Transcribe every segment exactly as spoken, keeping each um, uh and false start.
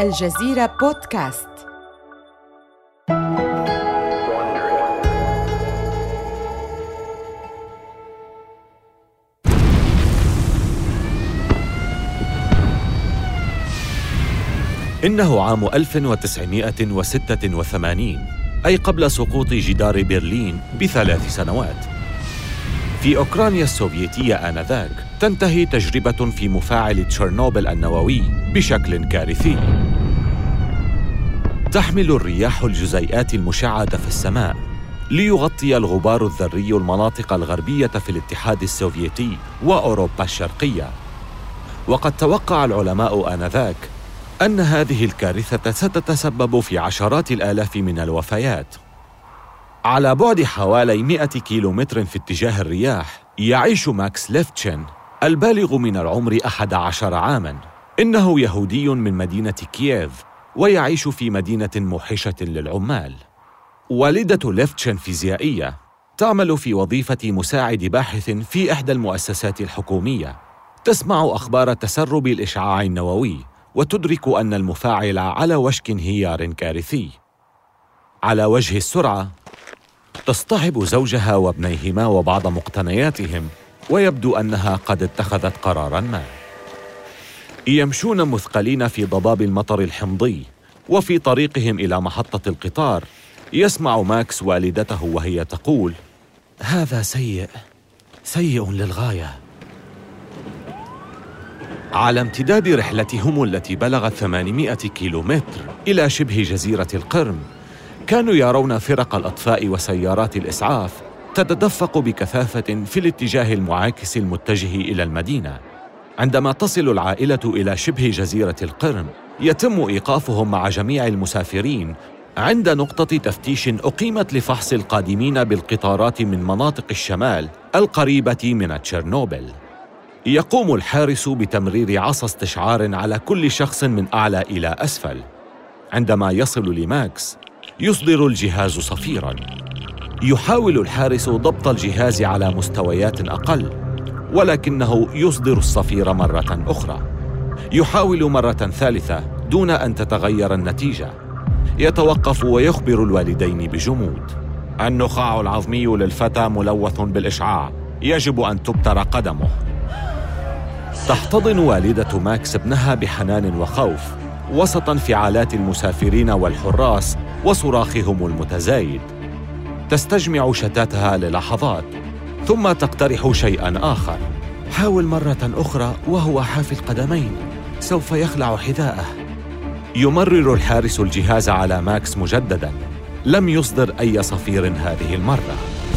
الجزيرة بودكاست. إنه عام ألف وتسعمائة وستة وثمانين، أي قبل سقوط جدار برلين بثلاث سنوات. في أوكرانيا السوفيتية آنذاك تنتهي تجربة في مفاعل تشيرنوبل النووي بشكل كارثي. تحمل الرياح الجزيئات المشعة في السماء ليغطي الغبار الذري المناطق الغربية في الاتحاد السوفيتي وأوروبا الشرقية. وقد توقع العلماء آنذاك أن هذه الكارثة ستتسبب في عشرات الآلاف من الوفيات. على بعد حوالي مئة كيلومتر في اتجاه الرياح يعيش ماكس ليفتشين البالغ من العمر أحد عشر عاماً. إنه يهودي من مدينة كييف ويعيش في مدينة موحشة للعمال. والدة ليفتشين فيزيائية تعمل في وظيفة مساعد باحث في إحدى المؤسسات الحكومية. تسمع أخبار تسرب الإشعاع النووي وتدرك أن المفاعل على وشك انهيار كارثي. على وجه السرعة تصطحب زوجها وابنيهما وبعض مقتنياتهم، ويبدو أنها قد اتخذت قراراً ما. يمشون مثقلين في ضباب المطر الحمضي، وفي طريقهم إلى محطة القطار يسمع ماكس والدته وهي تقول: هذا سيء سيء للغاية. على امتداد رحلتهم التي بلغت ثمانمائة كيلومتر إلى شبه جزيرة القرم، كانوا يرون فرق الأطفاء وسيارات الإسعاف تتدفق بكثافة في الاتجاه المعاكس المتجه إلى المدينة. عندما تصل العائلة إلى شبه جزيرة القرم، يتم إيقافهم مع جميع المسافرين عند نقطة تفتيش أقيمت لفحص القادمين بالقطارات من مناطق الشمال القريبة من تشيرنوبل. يقوم الحارس بتمرير عصا استشعار على كل شخص من أعلى إلى أسفل. عندما يصل لماكس يصدر الجهاز صفيراً. يحاول الحارس ضبط الجهاز على مستويات أقل، ولكنه يصدر الصفير مرة أخرى. يحاول مرة ثالثة دون أن تتغير النتيجة. يتوقف ويخبر الوالدين بجمود: النخاع العظمي للفتى ملوث بالإشعاع، يجب أن تبتر قدمه. تحتضن والدة ماكس ابنها بحنان وخوف وسط انفعالات المسافرين والحراس وصراخهم المتزايد. تستجمع شتاتها للحظات ثم تقترح شيئاً آخر: حاول مرة أخرى وهو حافي القدمين، سوف يخلع حذاءه. يمرر الحارس الجهاز على ماكس مجدداً. لم يصدر أي صفير هذه المرة.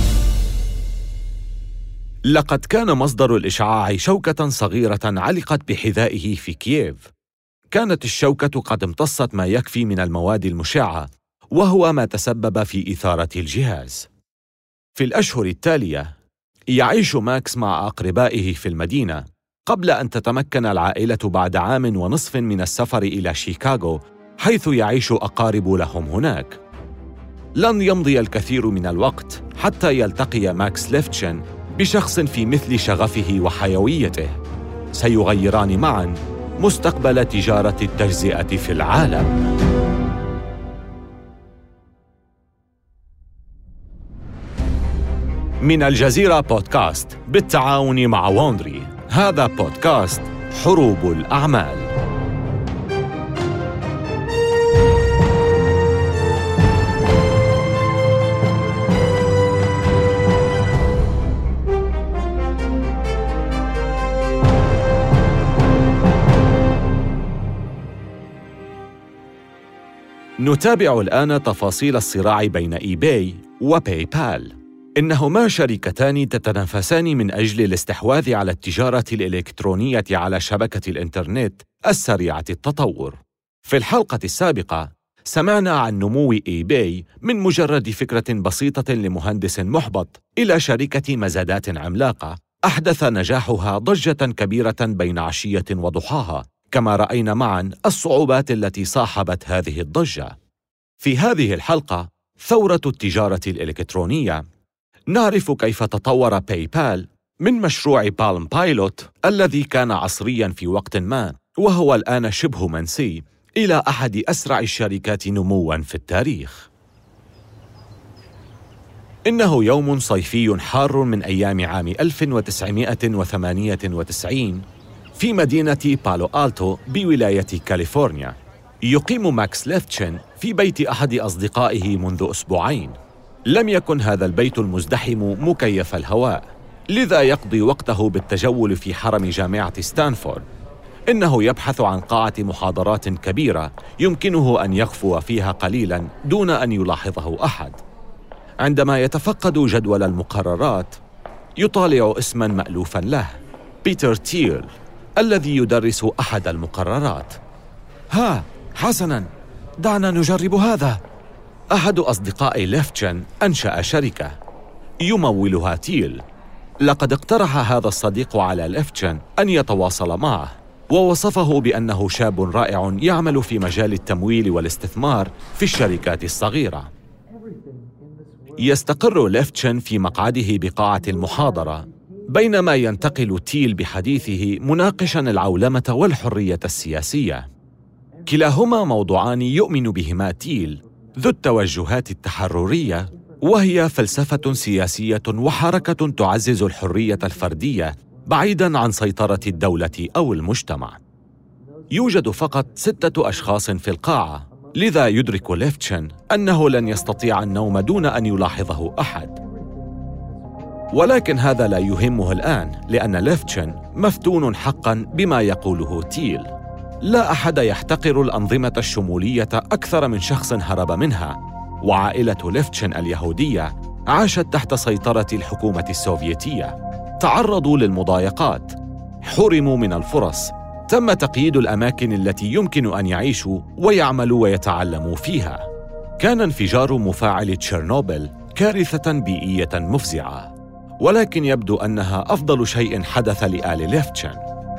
لقد كان مصدر الإشعاع شوكة صغيرة علقت بحذائه في كييف. كانت الشوكة قد امتصت ما يكفي من المواد المشعة، وهو ما تسبب في إثارة الجهاز. في الأشهر التالية يعيش ماكس مع أقربائه في المدينة قبل أن تتمكن العائلة بعد عام ونصف من السفر إلى شيكاغو، حيث يعيش أقارب لهم هناك. لن يمضي الكثير من الوقت حتى يلتقي ماكس ليفتشين بشخص في مثل شغفه وحيويته. سيغيران معاً مستقبل تجارة التجزئة في العالم. من الجزيرة بودكاست بالتعاون مع ووندري، هذا بودكاست حروب الأعمال. نتابع الآن تفاصيل الصراع بين إي باي وباي بال. إنهما شركتان تتنافسان من أجل الاستحواذ على التجارة الإلكترونية على شبكة الإنترنت السريعة التطور. في الحلقة السابقة سمعنا عن نمو إي باي من مجرد فكرة بسيطة لمهندس محبط إلى شركة مزادات عملاقة أحدث نجاحها ضجة كبيرة بين عشية وضحاها، كما رأينا معاً الصعوبات التي صاحبت هذه الضجة. في هذه الحلقة ثورة التجارة الإلكترونية، نعرف كيف تطور باي بال من مشروع بالم بايلوت الذي كان عصرياً في وقت ما وهو الآن شبه منسي إلى أحد أسرع الشركات نمواً في التاريخ. إنه يوم صيفي حار من أيام عام ألف وتسعمائة وثمانية وتسعين في مدينة بالو آلتو بولاية كاليفورنيا. يقيم ماكس ليفتشن في بيت أحد أصدقائه منذ أسبوعين. لم يكن هذا البيت المزدحم مكيف الهواء، لذا يقضي وقته بالتجول في حرم جامعة ستانفورد. إنه يبحث عن قاعة محاضرات كبيرة يمكنه أن يغفو فيها قليلاً دون أن يلاحظه أحد. عندما يتفقد جدول المقررات، يطالع اسماً مألوفاً له، بيتر تيل، الذي يدرس أحد المقررات. ها، حسناً، دعنا نجرب هذا. أحد أصدقاء ليفتشن أنشأ شركة يمولها تيل. لقد اقترح هذا الصديق على ليفتشن أن يتواصل معه، ووصفه بأنه شاب رائع يعمل في مجال التمويل والاستثمار في الشركات الصغيرة. يستقر ليفتشن في مقعده بقاعة المحاضرة، بينما ينتقل تيل بحديثه مناقشاً العولمة والحرية السياسية. كلاهما موضوعان يؤمن بهما تيل، ذو التوجهات التحررية، وهي فلسفة سياسية وحركة تعزز الحرية الفردية بعيداً عن سيطرة الدولة أو المجتمع. يوجد فقط ستة أشخاص في القاعة، لذا يدرك ليفتشن أنه لن يستطيع النوم دون أن يلاحظه أحد. ولكن هذا لا يهمه الآن، لأن ليفتشن مفتون حقاً بما يقوله تيل. لا أحد يحتقر الأنظمة الشمولية أكثر من شخص هرب منها، وعائلة ليفتشن اليهودية عاشت تحت سيطرة الحكومة السوفيتية. تعرضوا للمضايقات، حرموا من الفرص، تم تقييد الأماكن التي يمكن أن يعيشوا ويعملوا ويتعلموا فيها. كان انفجار مفاعل تشيرنوبل كارثة بيئية مفزعة، ولكن يبدو أنها أفضل شيء حدث لآل ليفتشن.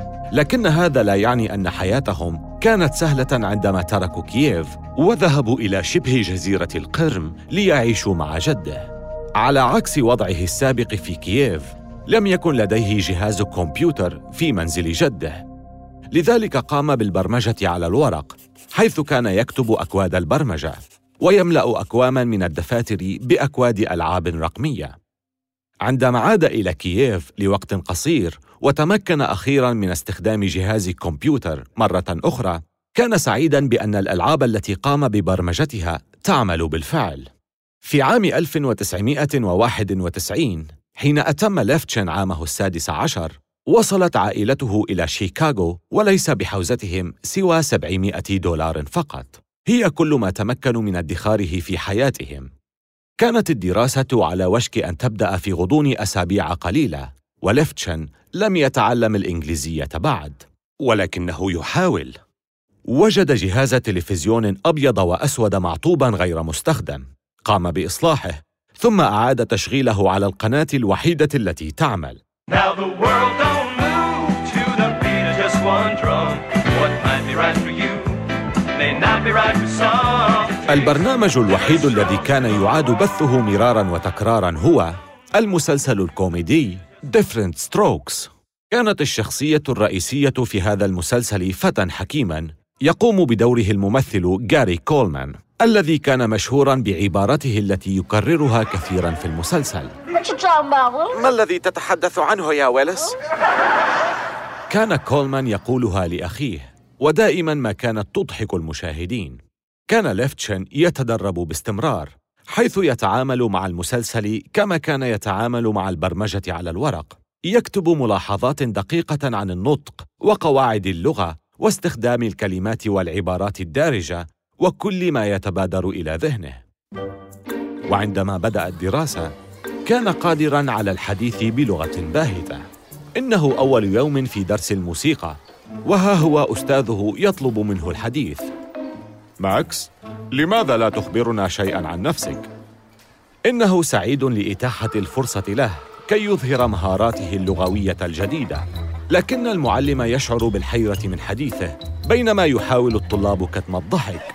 لكن هذا لا يعني أن حياتهم كانت سهلة عندما تركوا كييف وذهبوا إلى شبه جزيرة القرم ليعيشوا مع جده. على عكس وضعه السابق في كييف، لم يكن لديه جهاز كمبيوتر في منزل جده، لذلك قام بالبرمجة على الورق، حيث كان يكتب أكواد البرمجة ويملأ أكواما من الدفاتر بأكواد ألعاب رقمية. عندما عاد إلى كييف لوقت قصير وتمكن أخيراً من استخدام جهاز كمبيوتر مرة أخرى، كان سعيداً بأن الألعاب التي قام ببرمجتها تعمل بالفعل. في عام ألف وتسعمائة وواحد وتسعين، حين أتم ليفتشن عامه السادس عشر، وصلت عائلته إلى شيكاغو وليس بحوزتهم سوى سبعمائة دولار فقط. هي كل ما تمكنوا من ادخاره في حياتهم. كانت الدراسة على وشك أن تبدأ في غضون أسابيع قليلة، وليفتشن لم يتعلم الإنجليزية بعد، ولكنه يحاول. وجد جهاز تلفزيون أبيض وأسود معطوباً غير مستخدم، قام بإصلاحه، ثم أعاد تشغيله على القناة الوحيدة التي تعمل. Now the world don't move to the beat of just one drum. What might be right for you may not be right for some. البرنامج الوحيد الذي كان يعاد بثه مراراً وتكراراً هو المسلسل الكوميدي Different Strokes. كانت الشخصية الرئيسية في هذا المسلسل فتى حكيماً يقوم بدوره الممثل جاري كولمان، الذي كان مشهوراً بعبارته التي يكررها كثيراً في المسلسل. ما الذي تتحدث عنه يا ويلس؟ كان كولمان يقولها لأخيه، ودائماً ما كانت تضحك المشاهدين. كان ليفتشن يتدرب باستمرار، حيث يتعامل مع المسلسل كما كان يتعامل مع البرمجة على الورق. يكتب ملاحظات دقيقة عن النطق وقواعد اللغة واستخدام الكلمات والعبارات الدارجة وكل ما يتبادر إلى ذهنه. وعندما بدأ الدراسة، كان قادراً على الحديث بلغة باهتة. إنه أول يوم في درس الموسيقى، وها هو أستاذه يطلب منه الحديث. ماكس، لماذا لا تخبرنا شيئاً عن نفسك؟ إنه سعيد لإتاحة الفرصة له كي يظهر مهاراته اللغوية الجديدة، لكن المعلم يشعر بالحيرة من حديثه، بينما يحاول الطلاب كتم الضحك.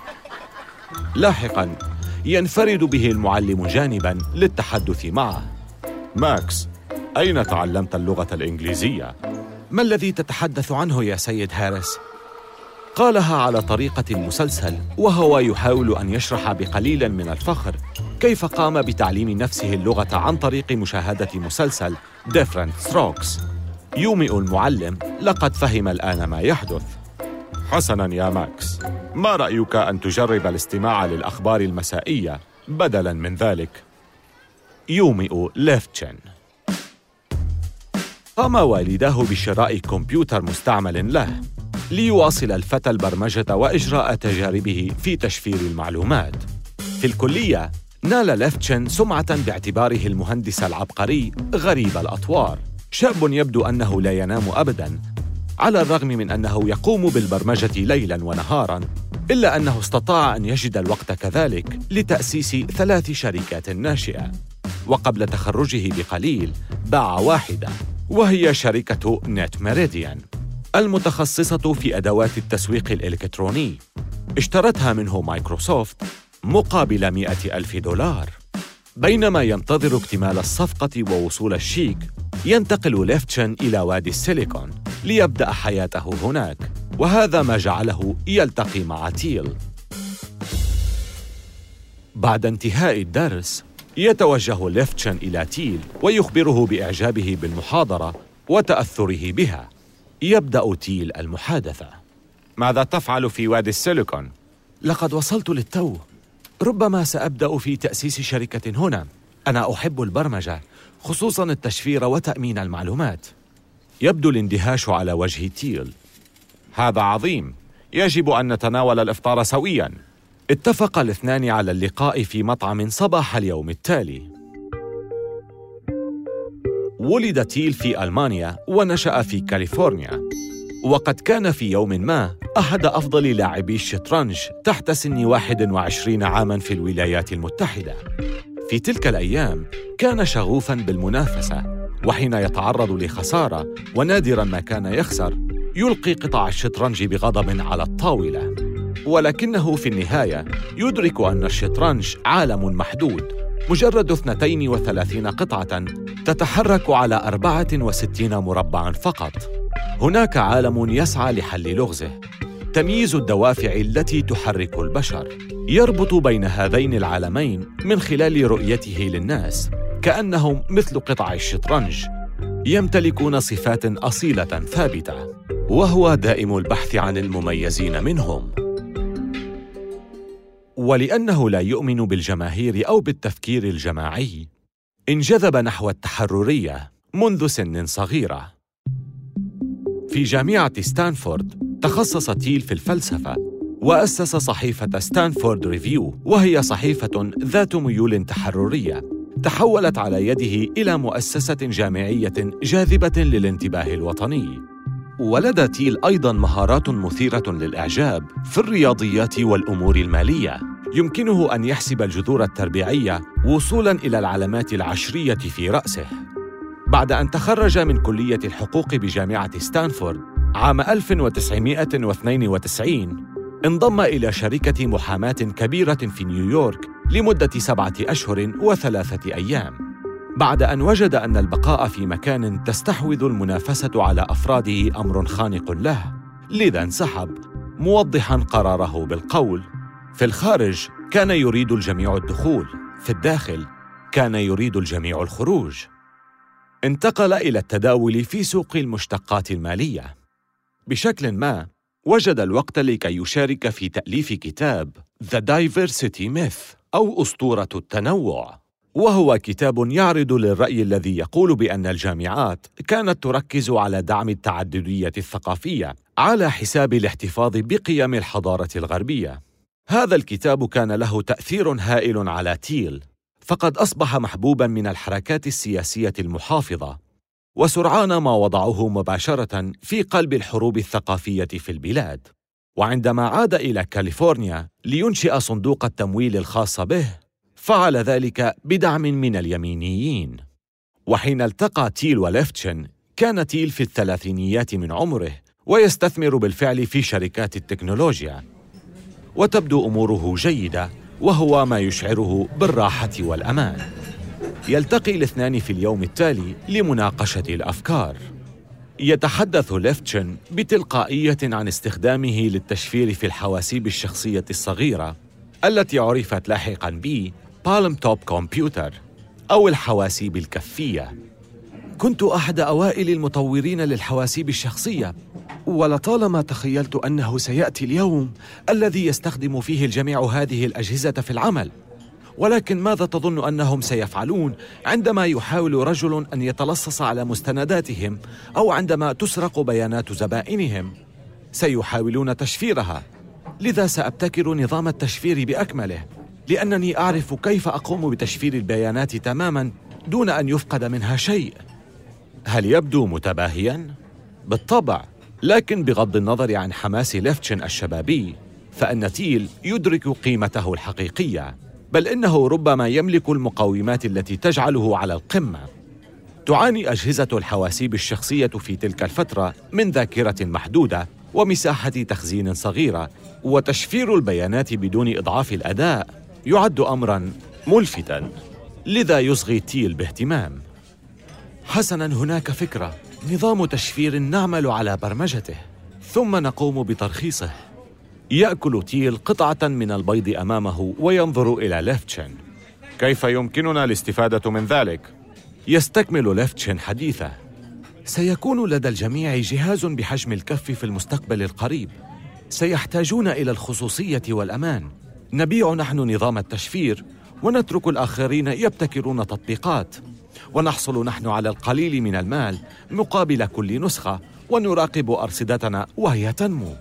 لاحقاً ينفرد به المعلم جانباً للتحدث معه. ماكس، أين تعلمت اللغة الإنجليزية؟ ما الذي تتحدث عنه يا سيد هاريس؟ قالها على طريقة المسلسل، وهو يحاول أن يشرح بقليل من الفخر كيف قام بتعليم نفسه اللغة عن طريق مشاهدة مسلسل Different Strokes. يومئ المعلم: لقد فهم الآن ما يحدث. حسناً يا ماكس، ما رأيك أن تجرب الاستماع للأخبار المسائية بدلاً من ذلك؟ يومئ ليفتشن. قام والداه بشراء كمبيوتر مستعمل له ليواصل الفتى البرمجة وإجراء تجاربه في تشفير المعلومات. في الكلية نال ليفتشن سمعة باعتباره المهندس العبقري غريب الأطوار، شاب يبدو أنه لا ينام أبداً على الرغم من أنه يقوم بالبرمجة ليلاً ونهاراً، إلا أنه استطاع أن يجد الوقت كذلك لتأسيس ثلاث شركات ناشئة. وقبل تخرجه بقليل باع واحدة، وهي شركة نت ميريديان المتخصصة في أدوات التسويق الإلكتروني. اشترتها منه مايكروسوفت مقابل مئة ألف دولار. بينما ينتظر اكتمال الصفقة ووصول الشيك، ينتقل ليفتشن إلى وادي السيليكون ليبدأ حياته هناك، وهذا ما جعله يلتقي مع تيل. بعد انتهاء الدرس يتوجه ليفتشن إلى تيل ويخبره بإعجابه بالمحاضرة وتأثره بها. يبدأ تيل المحادثة: ماذا تفعل في وادي السيليكون؟ لقد وصلت للتو، ربما سأبدأ في تأسيس شركة هنا. أنا أحب البرمجة، خصوصاً التشفير وتأمين المعلومات. يبدو الاندهاش على وجه تيل. هذا عظيم، يجب أن نتناول الإفطار سوياً. اتفق الاثنان على اللقاء في مطعم صباح اليوم التالي. ولد تيل في ألمانيا ونشأ في كاليفورنيا، وقد كان في يوم ما أحد أفضل لاعبي الشطرنج تحت سن واحد وعشرين عاماً في الولايات المتحدة. في تلك الأيام كان شغوفاً بالمنافسة، وحين يتعرض لخسارة ونادراً ما كان يخسر يلقي قطع الشطرنج بغضب على الطاولة. ولكنه في النهاية يدرك أن الشطرنج عالم محدود، مجرد اثنتين وثلاثين قطعة تتحرك على أربعة وستين مربعاً فقط. هناك عالم يسعى لحل لغزه، تمييز الدوافع التي تحرك البشر. يربط بين هذين العالمين من خلال رؤيته للناس كأنهم مثل قطع الشطرنج، يمتلكون صفات أصيلة ثابتة، وهو دائم البحث عن المميزين منهم. ولأنه لا يؤمن بالجماهير أو بالتفكير الجماعي، انجذب نحو التحررية منذ سن صغيرة. في جامعة ستانفورد تخصص تيل في الفلسفة، وأسس صحيفة ستانفورد ريفيو، وهي صحيفة ذات ميول تحررية تحولت على يده إلى مؤسسة جامعية جاذبة للانتباه الوطني. ولدى تيل أيضاً مهارات مثيرة للإعجاب في الرياضيات والأمور المالية. يمكنه أن يحسب الجذور التربيعية وصولاً إلى العلامات العشرية في رأسه. بعد أن تخرج من كلية الحقوق بجامعة ستانفورد عام ألف وتسعمائة واثنين وتسعين، انضم إلى شركة محاماة كبيرة في نيويورك لمدة سبعة أشهر وثلاثة أيام، بعد أن وجد أن البقاء في مكان تستحوذ المنافسة على أفراده أمر خانق له، لذا انسحب، موضحاً قراره بالقول: في الخارج كان يريد الجميع الدخول، في الداخل كان يريد الجميع الخروج. انتقل إلى التداول في سوق المشتقات المالية. بشكل ما وجد الوقت لكي يشارك في تأليف كتاب The Diversity Myth أو أسطورة التنوع، وهو كتاب يعرض للرأي الذي يقول بأن الجامعات كانت تركز على دعم التعددية الثقافية على حساب الاحتفاظ بقيم الحضارة الغربية. هذا الكتاب كان له تأثير هائل على تيل، فقد أصبح محبوباً من الحركات السياسية المحافظة، وسرعان ما وضعوه مباشرة في قلب الحروب الثقافية في البلاد. وعندما عاد إلى كاليفورنيا لينشئ صندوق التمويل الخاص به، فعل ذلك بدعم من اليمينيين. وحين التقى تيل وليفتشن، كان تيل في الثلاثينيات من عمره ويستثمر بالفعل في شركات التكنولوجيا، وتبدو أموره جيدة، وهو ما يشعره بالراحة والأمان. يلتقي الاثنان في اليوم التالي لمناقشة الأفكار. يتحدث ليفتشن بتلقائية عن استخدامه للتشفير في الحواسيب الشخصية الصغيرة التي عرفت لاحقاً ب بالم توب كمبيوتر أو الحواسيب الكفية. كنت أحد أوائل المطورين للحواسيب الشخصية، ولطالما تخيلت أنه سيأتي اليوم الذي يستخدم فيه الجميع هذه الأجهزة في العمل. ولكن ماذا تظن أنهم سيفعلون عندما يحاول رجل أن يتلصص على مستنداتهم أو عندما تسرق بيانات زبائنهم؟ سيحاولون تشفيرها. لذا سأبتكر نظام التشفير بأكمله، لأنني أعرف كيف أقوم بتشفير البيانات تماماً دون أن يفقد منها شيء. هل يبدو متباهياً؟ بالطبع، لكن بغض النظر عن حماس ليفتشن الشبابي، فإن تيل يدرك قيمته الحقيقية، بل إنه ربما يملك المقومات التي تجعله على القمة. تعاني أجهزة الحواسيب الشخصية في تلك الفترة من ذاكرة محدودة ومساحة تخزين صغيرة، وتشفير البيانات بدون إضعاف الأداء يعد أمراً ملفتاً، لذا يصغي تيل باهتمام. حسناً، هناك فكرة، نظام تشفير نعمل على برمجته ثم نقوم بترخيصه. يأكل تيل قطعة من البيض أمامه وينظر إلى ليفتشن. كيف يمكننا الاستفادة من ذلك؟ يستكمل ليفتشن حديثه. سيكون لدى الجميع جهاز بحجم الكف في المستقبل القريب. سيحتاجون إلى الخصوصية والأمان. نبيع نحن نظام التشفير ونترك الآخرين يبتكرون تطبيقات، ونحصل نحن على القليل من المال مقابل كل نسخة، ونراقب أرصدتنا وهي تنمو.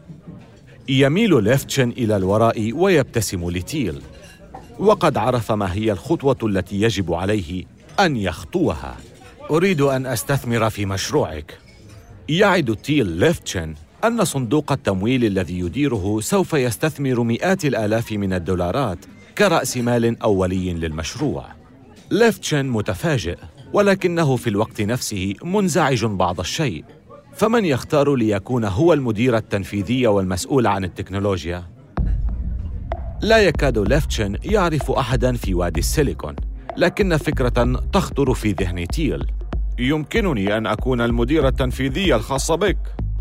يميل ليفتشن إلى الوراء ويبتسم لتيل، وقد عرف ما هي الخطوة التي يجب عليه أن يخطوها. أريد أن أستثمر في مشروعك. يعد تيل ليفتشن أن صندوق التمويل الذي يديره سوف يستثمر مئات الآلاف من الدولارات كرأس مال أولي للمشروع. ليفتشن متفاجئ، ولكنه في الوقت نفسه منزعج بعض الشيء. فمن يختار ليكون هو المدير التنفيذي والمسؤول عن التكنولوجيا؟ لا يكاد ليفتشن يعرف أحداً في وادي السيليكون، لكن فكرة تخطر في ذهن تيل. يمكنني أن أكون المدير التنفيذي الخاص بك.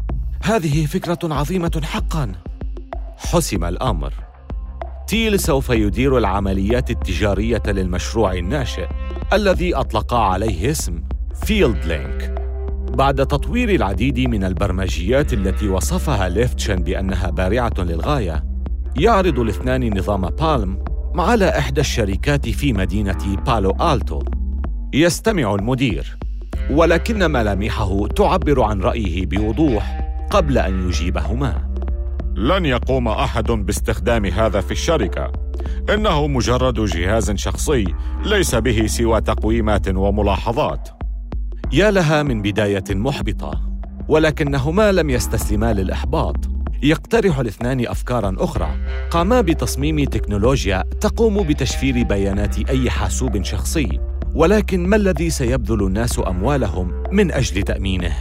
هذه فكرة عظيمة حقاً. حسم الأمر. تيل سوف يدير العمليات التجارية للمشروع الناشئ الذي أطلق عليه اسم فيلد لينك. بعد تطوير العديد من البرمجيات التي وصفها ليفتشن بأنها بارعة للغاية، يعرض الاثنان نظام بالم على إحدى الشركات في مدينة بالو آلتو. يستمع المدير، ولكن ملامحه تعبر عن رأيه بوضوح قبل أن يجيبهما. لن يقوم أحد باستخدام هذا في الشركة. إنه مجرد جهاز شخصي ليس به سوى تقويمات وملاحظات. يا لها من بداية محبطة، ولكنهما لم يستسلما للإحباط. يقترح الاثنان أفكاراً أخرى. قاما بتصميم تكنولوجيا تقوم بتشفير بيانات أي حاسوب شخصي، ولكن ما الذي سيبذل الناس أموالهم من أجل تأمينه؟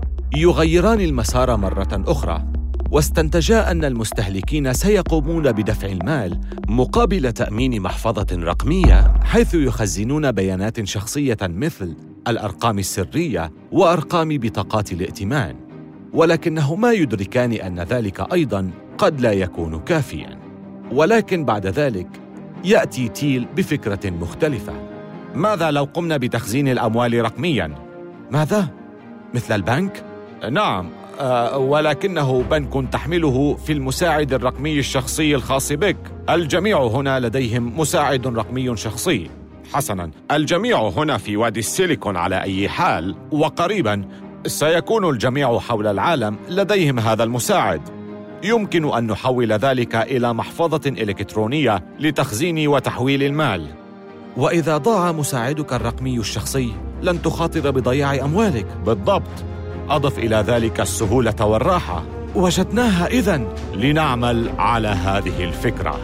يغيران المسار مرة أخرى، واستنتجا أن المستهلكين سيقومون بدفع المال مقابل تأمين محفظة رقمية، حيث يخزنون بيانات شخصية مثل الأرقام السرية وأرقام بطاقات الائتمان. ولكنهما يدركان أن ذلك أيضاً قد لا يكون كافياً. ولكن بعد ذلك يأتي تيل بفكرة مختلفة. ماذا لو قمنا بتخزين الأموال رقمياً؟ ماذا؟ مثل البنك؟ نعم، أه ولكنه بنك تحمله في المساعد الرقمي الشخصي الخاص بك. الجميع هنا لديهم مساعد رقمي شخصي. حسناً، الجميع هنا في وادي السيليكون على أي حال، وقريباً سيكون الجميع حول العالم لديهم هذا المساعد. يمكن أن نحول ذلك إلى محفظة إلكترونية لتخزين وتحويل المال. وإذا ضاع مساعدك الرقمي الشخصي لن تخاطر بضياع أموالك. بالضبط. أضف إلى ذلك السهولة والراحة. وجدناها إذن. لنعمل على هذه الفكرة.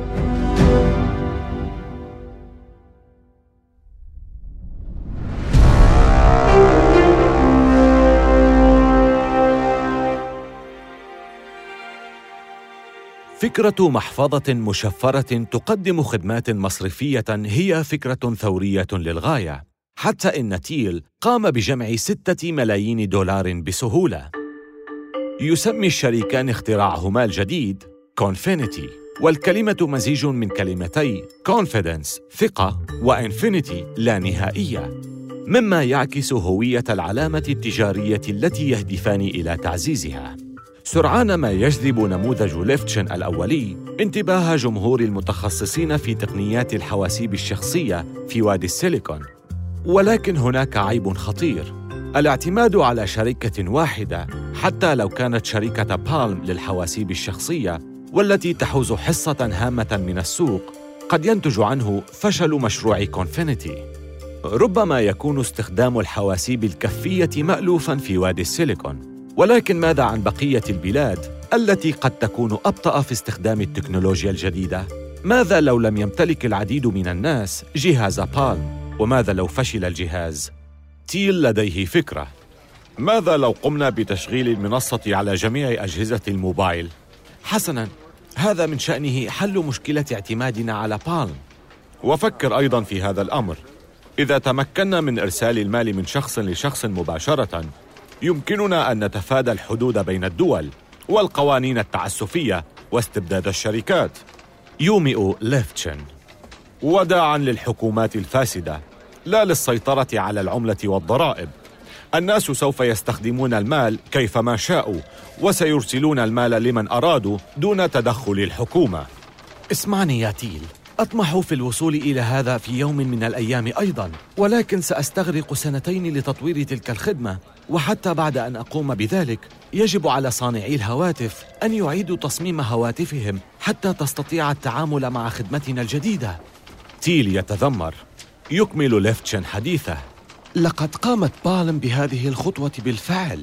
فكرة محفظة مشفرة تقدم خدمات مصرفية هي فكرة ثورية للغاية. حتى إن تيل قام بجمع ستة ملايين دولار بسهولة. يسمي الشريكان اختراعهما الجديد كونفينيتي، والكلمة مزيج من كلمتي confidence ثقة وinfinity لا نهائية، مما يعكس هوية العلامة التجارية التي يهدفان إلى تعزيزها. سرعان ما يجذب نموذج ليفتشن الأولي انتباه جمهور المتخصصين في تقنيات الحواسيب الشخصية في وادي السيليكون. ولكن هناك عيب خطير: الاعتماد على شركة واحدة حتى لو كانت شركة بالم للحواسيب الشخصية والتي تحوز حصة هامة من السوق قد ينتج عنه فشل مشروع كونفينيتي. ربما يكون استخدام الحواسيب الكفية مألوفاً في وادي السيليكون، ولكن ماذا عن بقية البلاد التي قد تكون أبطأ في استخدام التكنولوجيا الجديدة؟ ماذا لو لم يمتلك العديد من الناس جهاز بالم؟ وماذا لو فشل الجهاز؟ تيل لديه فكرة. ماذا لو قمنا بتشغيل المنصة على جميع أجهزة الموبايل؟ حسناً، هذا من شأنه حل مشكلة اعتمادنا على بالم. وفكر أيضاً في هذا الأمر: إذا تمكنا من إرسال المال من شخص لشخص مباشرة، يمكننا أن نتفادى الحدود بين الدول والقوانين التعسفية واستبداد الشركات. يومئ ليفتشن: وداعاً للحكومات الفاسدة، لا للسيطرة على العملة والضرائب. الناس سوف يستخدمون المال كيفما شاءوا، وسيرسلون المال لمن أرادوا دون تدخل الحكومة. اسمعني يا تيل، أطمح في الوصول إلى هذا في يوم من الأيام أيضاً، ولكن سأستغرق سنتين لتطوير تلك الخدمة، وحتى بعد أن أقوم بذلك يجب على صانعي الهواتف أن يعيدوا تصميم هواتفهم حتى تستطيع التعامل مع خدمتنا الجديدة. تيل يتذمر. يكمل ليفتشن حديثه: لقد قامت بالم بهذه الخطوة بالفعل.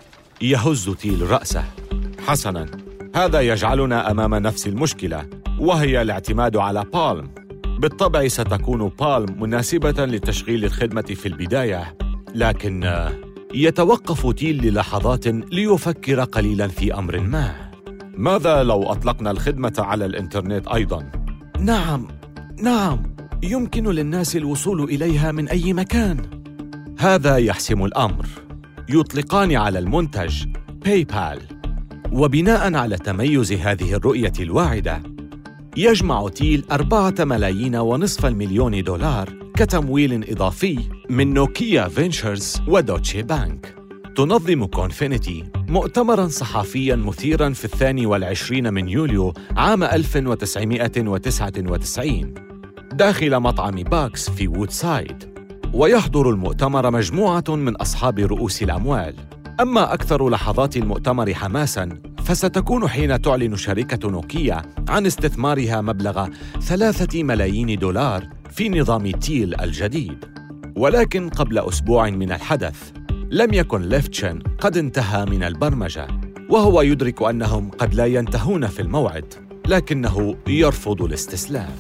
يهز تيل رأسه. حسناً، هذا يجعلنا أمام نفس المشكلة، وهي الاعتماد على بالم. بالطبع ستكون بالم مناسبة لتشغيل الخدمة في البداية، لكن يتوقف تيل للحظات ليفكر قليلاً في أمر ما. ماذا لو أطلقنا الخدمة على الإنترنت أيضاً؟ نعم، نعم، يمكن للناس الوصول إليها من أي مكان. هذا يحسم الأمر. يطلقان على المنتج باي بال، وبناء على تميز هذه الرؤية الواعدة يجمع تيل أربعة ملايين ونصف المليون دولار كتمويل إضافي من نوكيا فينشرز ودوتشي بانك. تنظم كونفينيتي مؤتمراً صحفياً مثيراً في الثاني والعشرين من يوليو عام ألف وتسعمائة وتسعة وتسعين داخل مطعم باكس في وودسايد، ويحضر المؤتمر مجموعة من أصحاب رؤوس الأموال. أما أكثر لحظات المؤتمر حماساً فستكون حين تعلن شركة نوكيا عن استثمارها مبلغ ثلاثة ملايين دولار في نظام تيل الجديد. ولكن قبل أسبوع من الحدث لم يكن ليفتشن قد انتهى من البرمجة، وهو يدرك أنهم قد لا ينتهون في الموعد، لكنه يرفض الاستسلام.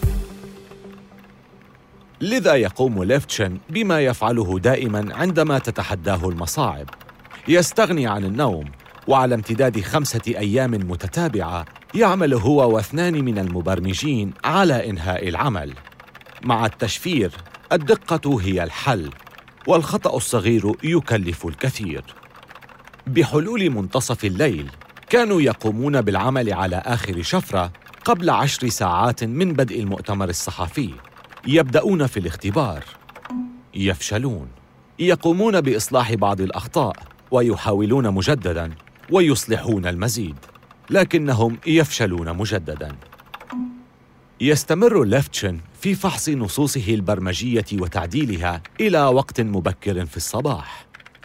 لذا يقوم ليفتشن بما يفعله دائماً عندما تتحداه المصاعب: يستغني عن النوم، وعلى امتداد خمسة أيام متتابعة يعمل هو واثنان من المبرمجين على إنهاء العمل. مع التشفير، الدقة هي الحل، والخطأ الصغير يكلف الكثير. بحلول منتصف الليل كانوا يقومون بالعمل على آخر شفرة قبل عشر ساعات من بدء المؤتمر الصحفي. يبدأون في الاختبار، يفشلون، يقومون بإصلاح بعض الأخطاء ويحاولون مجدداً ويصلحون المزيد، لكنهم يفشلون مجدداً. يستمر ليفتشن في فحص نصوصه البرمجية وتعديلها إلى وقت مبكر في الصباح.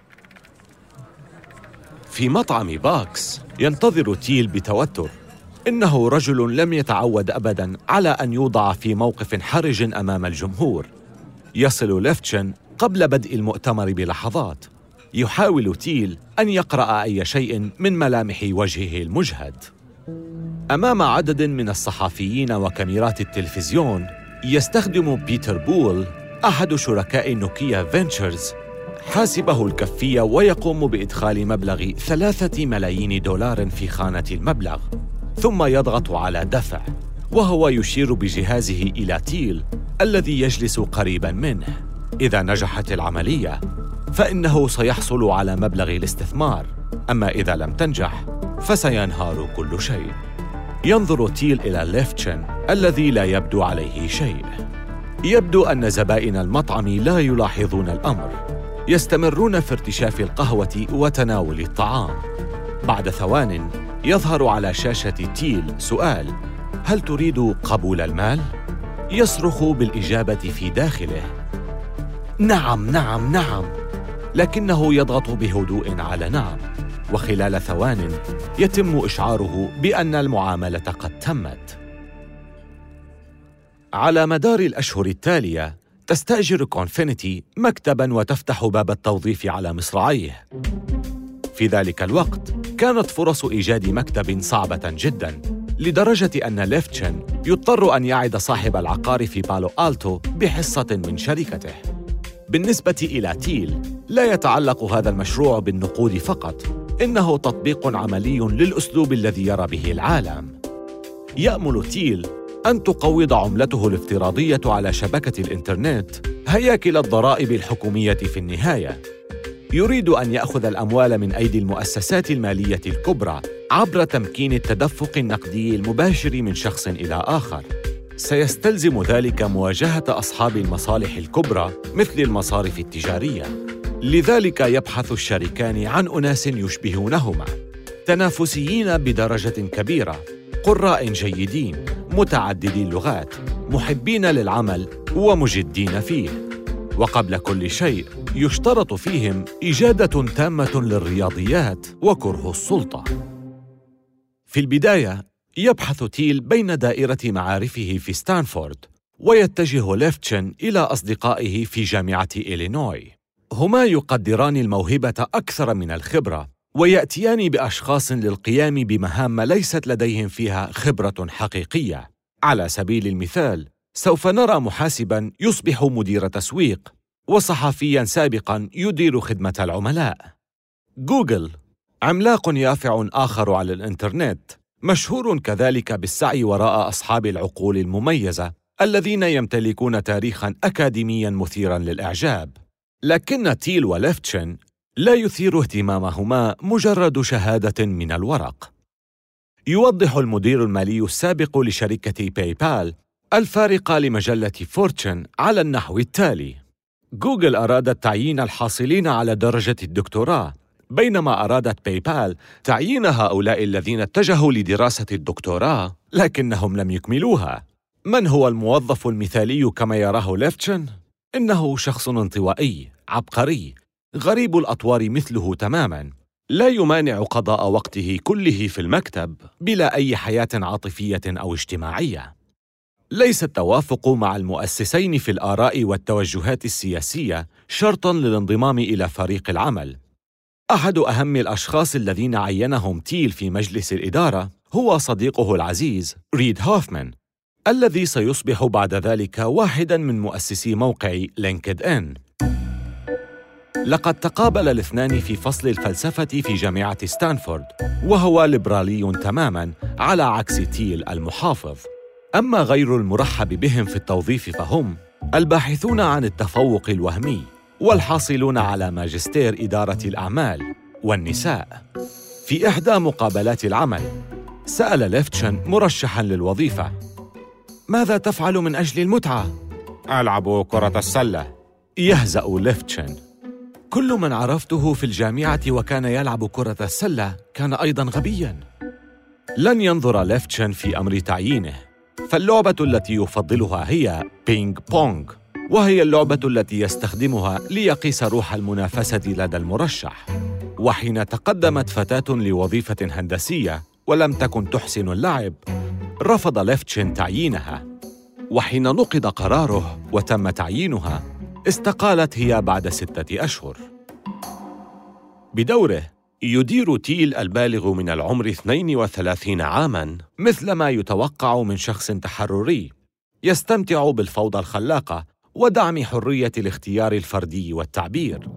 في مطعم باكس ينتظر تيل بتوتر. إنه رجل لم يتعود أبداً على أن يوضع في موقف حرج أمام الجمهور. يصل ليفتشن قبل بدء المؤتمر بلحظات. يحاول تيل أن يقرأ أي شيء من ملامح وجهه المجهد. أمام عدد من الصحفيين وكاميرات التلفزيون يستخدم بيتر بول أحد شركاء نوكيا فينتشرز حاسبه الكفي ويقوم بإدخال مبلغ ثلاثة ملايين دولار في خانة المبلغ، ثم يضغط على دفع وهو يشير بجهازه إلى تيل الذي يجلس قريباً منه. إذا نجحت العملية فإنه سيحصل على مبلغ الاستثمار، أما إذا لم تنجح فسينهار كل شيء. ينظر تيل إلى ليفتشن الذي لا يبدو عليه شيء. يبدو أن زبائن المطعم لا يلاحظون الأمر، يستمرون في ارتشاف القهوة وتناول الطعام. بعد ثوان يظهر على شاشة تيل سؤال: هل تريد قبول المال؟ يصرخ بالإجابة في داخله: نعم نعم نعم، لكنه يضغط بهدوء على نعم، وخلال ثوان يتم إشعاره بأن المعاملة قد تمت. على مدار الأشهر التالية تستأجر كونفينيتي مكتباً وتفتح باب التوظيف على مصراعيه. في ذلك الوقت كانت فرص إيجاد مكتب صعبة جداً، لدرجة أن ليفتشن يضطر أن يعد صاحب العقار في بالو آلتو بحصة من شركته. بالنسبة إلى تيل لا يتعلق هذا المشروع بالنقود فقط، إنه تطبيق عملي للأسلوب الذي يرى به العالم. يأمل تيل أن تقوض عملته الافتراضية على شبكة الإنترنت هياكل الضرائب الحكومية في النهاية. يريد أن يأخذ الأموال من أيدي المؤسسات المالية الكبرى عبر تمكين التدفق النقدي المباشر من شخص إلى آخر. سيستلزم ذلك مواجهة أصحاب المصالح الكبرى مثل المصارف التجارية. لذلك يبحث الشريكان عن أناس يشبهونهما، تنافسيين بدرجة كبيرة، قراء جيدين، متعددي اللغات، محبين للعمل ومجدين فيه. وقبل كل شيء يشترط فيهم إجادة تامة للرياضيات وكره السلطة. في البداية يبحث تيل بين دائرة معارفه في ستانفورد، ويتجه ليفتشن إلى أصدقائه في جامعة إلينوي. هما يقدران الموهبة أكثر من الخبرة، ويأتيان بأشخاص للقيام بمهام ليست لديهم فيها خبرة حقيقية. على سبيل المثال، سوف نرى محاسباً يصبح مدير تسويق، وصحفياً سابقاً يدير خدمة العملاء. جوجل عملاق يافع آخر على الإنترنت، مشهور كذلك بالسعي وراء أصحاب العقول المميزة الذين يمتلكون تاريخاً أكاديمياً مثيراً للإعجاب. لكن تيل وليفتشن لا يثير اهتمامهما مجرد شهادة من الورق. يوضح المدير المالي السابق لشركة باي بال الفارق لمجلة فورتشن على النحو التالي: جوجل أرادت تعيين الحاصلين على درجة الدكتوراه، بينما أرادت باي بال تعيين هؤلاء الذين اتجهوا لدراسة الدكتوراه لكنهم لم يكملوها. من هو الموظف المثالي كما يراه ليفتشن؟ إنه شخص انطوائي، عبقري، غريب الأطوار مثله تماماً، لا يمانع قضاء وقته كله في المكتب بلا أي حياة عاطفية أو اجتماعية. ليس التوافق مع المؤسسين في الآراء والتوجهات السياسية شرطاً للانضمام إلى فريق العمل. أحد أهم الأشخاص الذين عينهم تيل في مجلس الإدارة هو صديقه العزيز ريد هوفمان، الذي سيصبح بعد ذلك واحداً من مؤسسي موقع لينكد إن. لقد تقابل الاثنان في فصل الفلسفة في جامعة ستانفورد، وهو ليبرالي تماماً على عكس تيل المحافظ. أما غير المرحب بهم في التوظيف فهم الباحثون عن التفوق الوهمي، والحاصلون على ماجستير إدارة الأعمال، والنساء. في إحدى مقابلات العمل سأل ليفتشن مرشحاً للوظيفة: ماذا تفعل من أجل المتعة؟ ألعب كرة السلة. يهزأ ليفتشن: كل من عرفته في الجامعة وكان يلعب كرة السلة كان أيضاً غبياً. لن ينظر ليفتشن في أمر تعيينه، فاللعبة التي يفضلها هي بينج بونج، وهي اللعبة التي يستخدمها ليقيس روح المنافسة لدى المرشح. وحين تقدمت فتاة لوظيفة هندسية ولم تكن تحسن اللعب، رفض ليفتشن تعيينها. وحين نقض قراره وتم تعيينها، استقالت هي بعد ستة أشهر. بدوره يدير تيل البالغ من العمر اثنين وثلاثين عاماً مثل ما يتوقع من شخص تحرري، يستمتع بالفوضى الخلاقة ودعم حرية الاختيار الفردي والتعبير.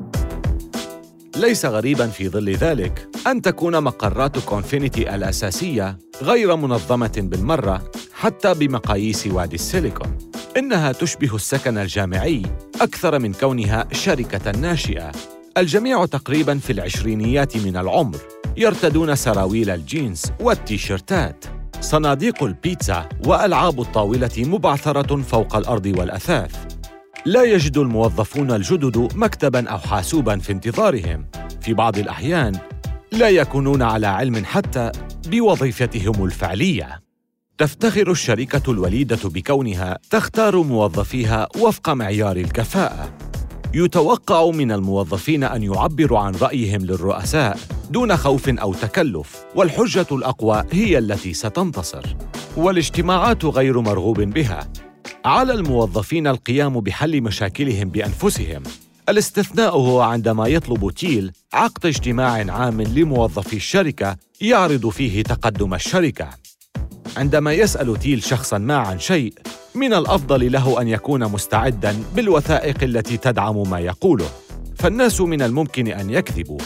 ليس غريباً في ظل ذلك أن تكون مقرات كونفينيتي الأساسية غير منظمة بالمرة حتى بمقاييس وادي السيليكون. إنها تشبه السكن الجامعي أكثر من كونها شركة ناشئة. الجميع تقريباً في العشرينيات من العمر، يرتدون سراويل الجينز والتيشيرتات. صناديق البيتزا وألعاب الطاولة مبعثرة فوق الأرض والأثاث. لا يجد الموظفون الجدد مكتباً أو حاسوباً في انتظارهم. في بعض الأحيان لا يكونون على علم حتى بوظيفتهم الفعلية. تفتخر الشركة الوليدة بكونها تختار موظفيها وفق معيار الكفاءة. يتوقع من الموظفين أن يعبروا عن رأيهم للرؤساء دون خوف أو تكلف، والحجة الأقوى هي التي ستنتصر. والاجتماعات غير مرغوب بها. على الموظفين القيام بحل مشاكلهم بأنفسهم. الاستثناء هو عندما يطلب تيل عقد اجتماع عام لموظفي الشركة يعرض فيه تقدم الشركة. عندما يسأل تيل شخصاً ما عن شيء، من الأفضل له أن يكون مستعداً بالوثائق التي تدعم ما يقوله، فالناس من الممكن أن يكذبوا،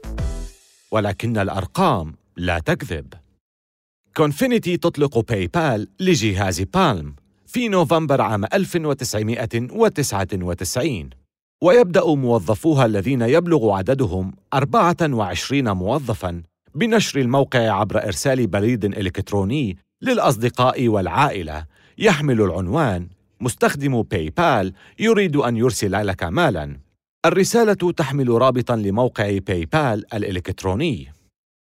ولكن الأرقام لا تكذب. كونفينيتي تطلق باي بال لجهاز بالم في نوفمبر عام ألف وتسعمائة وتسعة وتسعين، ويبدأ موظفوها الذين يبلغ عددهم أربعة وعشرين موظفاً بنشر الموقع عبر إرسال بريد إلكتروني للأصدقاء والعائلة يحمل العنوان: مستخدم باي بال يريد أن يرسل لك مالاً. الرسالة تحمل رابطاً لموقع باي بال الإلكتروني.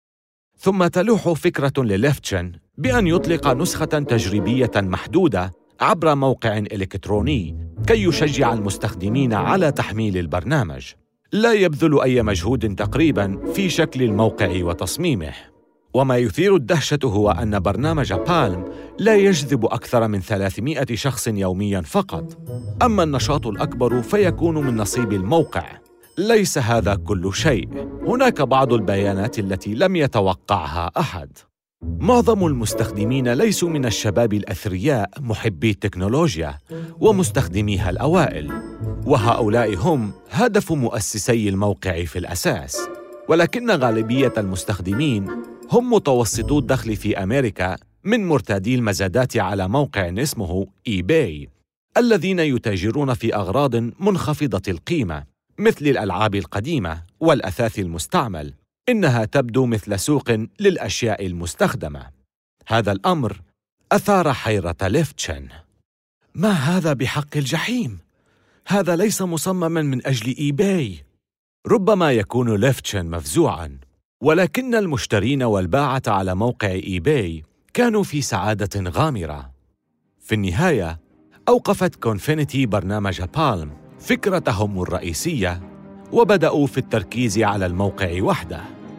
ثم تلوح فكرة لليفتشن بأن يطلق نسخة تجريبية محدودة عبر موقع إلكتروني كي يشجع المستخدمين على تحميل البرنامج. لا يبذل أي مجهود تقريباً في شكل الموقع وتصميمه. وما يثير الدهشة هو أن برنامج بالم لا يجذب أكثر من ثلاثمائة شخص يومياً فقط. أما النشاط الأكبر فيكون من نصيب الموقع. ليس هذا كل شيء. هناك بعض البيانات التي لم يتوقعها أحد. معظم المستخدمين ليسوا من الشباب الأثرياء محبي التكنولوجيا ومستخدميها الأوائل، وهؤلاء هم هدف مؤسسي الموقع في الأساس. ولكن غالبية المستخدمين هم متوسطو الدخل في أمريكا من مرتادي المزادات على موقع اسمه إي باي، الذين يتاجرون في أغراض منخفضة القيمة مثل الألعاب القديمة والأثاث المستعمل. إنها تبدو مثل سوق للأشياء المستخدمة. هذا الأمر أثار حيرة ليفتشن. ما هذا بحق الجحيم؟ هذا ليس مصمماً من أجل إي باي. ربما يكون ليفتشن مفزوعاً، ولكن المشترين والباعة على موقع إي باي كانوا في سعادة غامرة. في النهاية أوقفت كونفينيتي برنامج بالم فكرتهم الرئيسية وبدأوا في التركيز على الموقع وحده.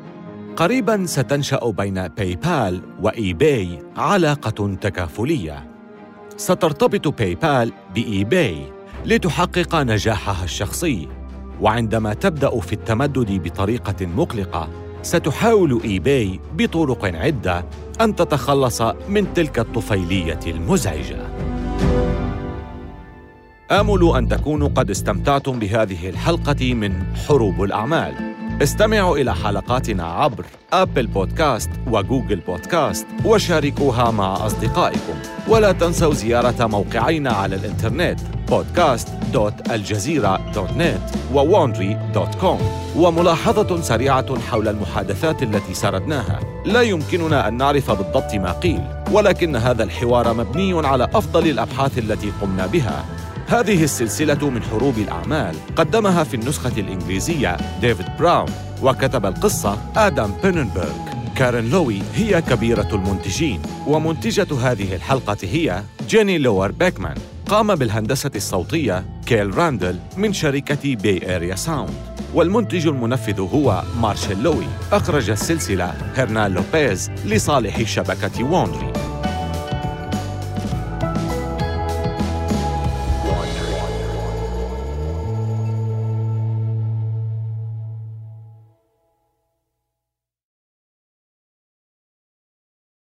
قريباً ستنشأ بين باي بال وإي باي علاقة تكافلية. سترتبط باي بال بإي باي لتحقق نجاحها الشخصي، وعندما تبدأ في التمدد بطريقة مقلقة ستحاول إي باي بطرق عدة أن تتخلص من تلك الطفيلية المزعجة. آمل أن تكونوا قد استمتعتم بهذه الحلقة من حروب الأعمال. استمعوا إلى حلقاتنا عبر آبل بودكاست وجوجل بودكاست وشاركوها مع أصدقائكم. ولا تنسوا زيارة موقعينا على الإنترنت بودكاست دوت الجزيرة دوت نت ووندري دوت كوم. وملاحظة سريعة حول المحادثات التي سردناها. لا يمكننا أن نعرف بالضبط ما قيل، ولكن هذا الحوار مبني على أفضل الأبحاث التي قمنا بها. هذه السلسلة من حروب الأعمال قدمها في النسخة الإنجليزية ديفيد براون، وكتب القصة آدم بيرنبرغ. كارين لوي هي كبيرة المنتجين، ومنتجة هذه الحلقة هي جيني لوار بيكمان. قام بالهندسة الصوتية كيل راندل من شركة باي إيريا ساوند، والمنتج المنفذ هو مارشيل لوي. أخرج السلسلة هرنان لوبيز لصالح شبكة ووندري.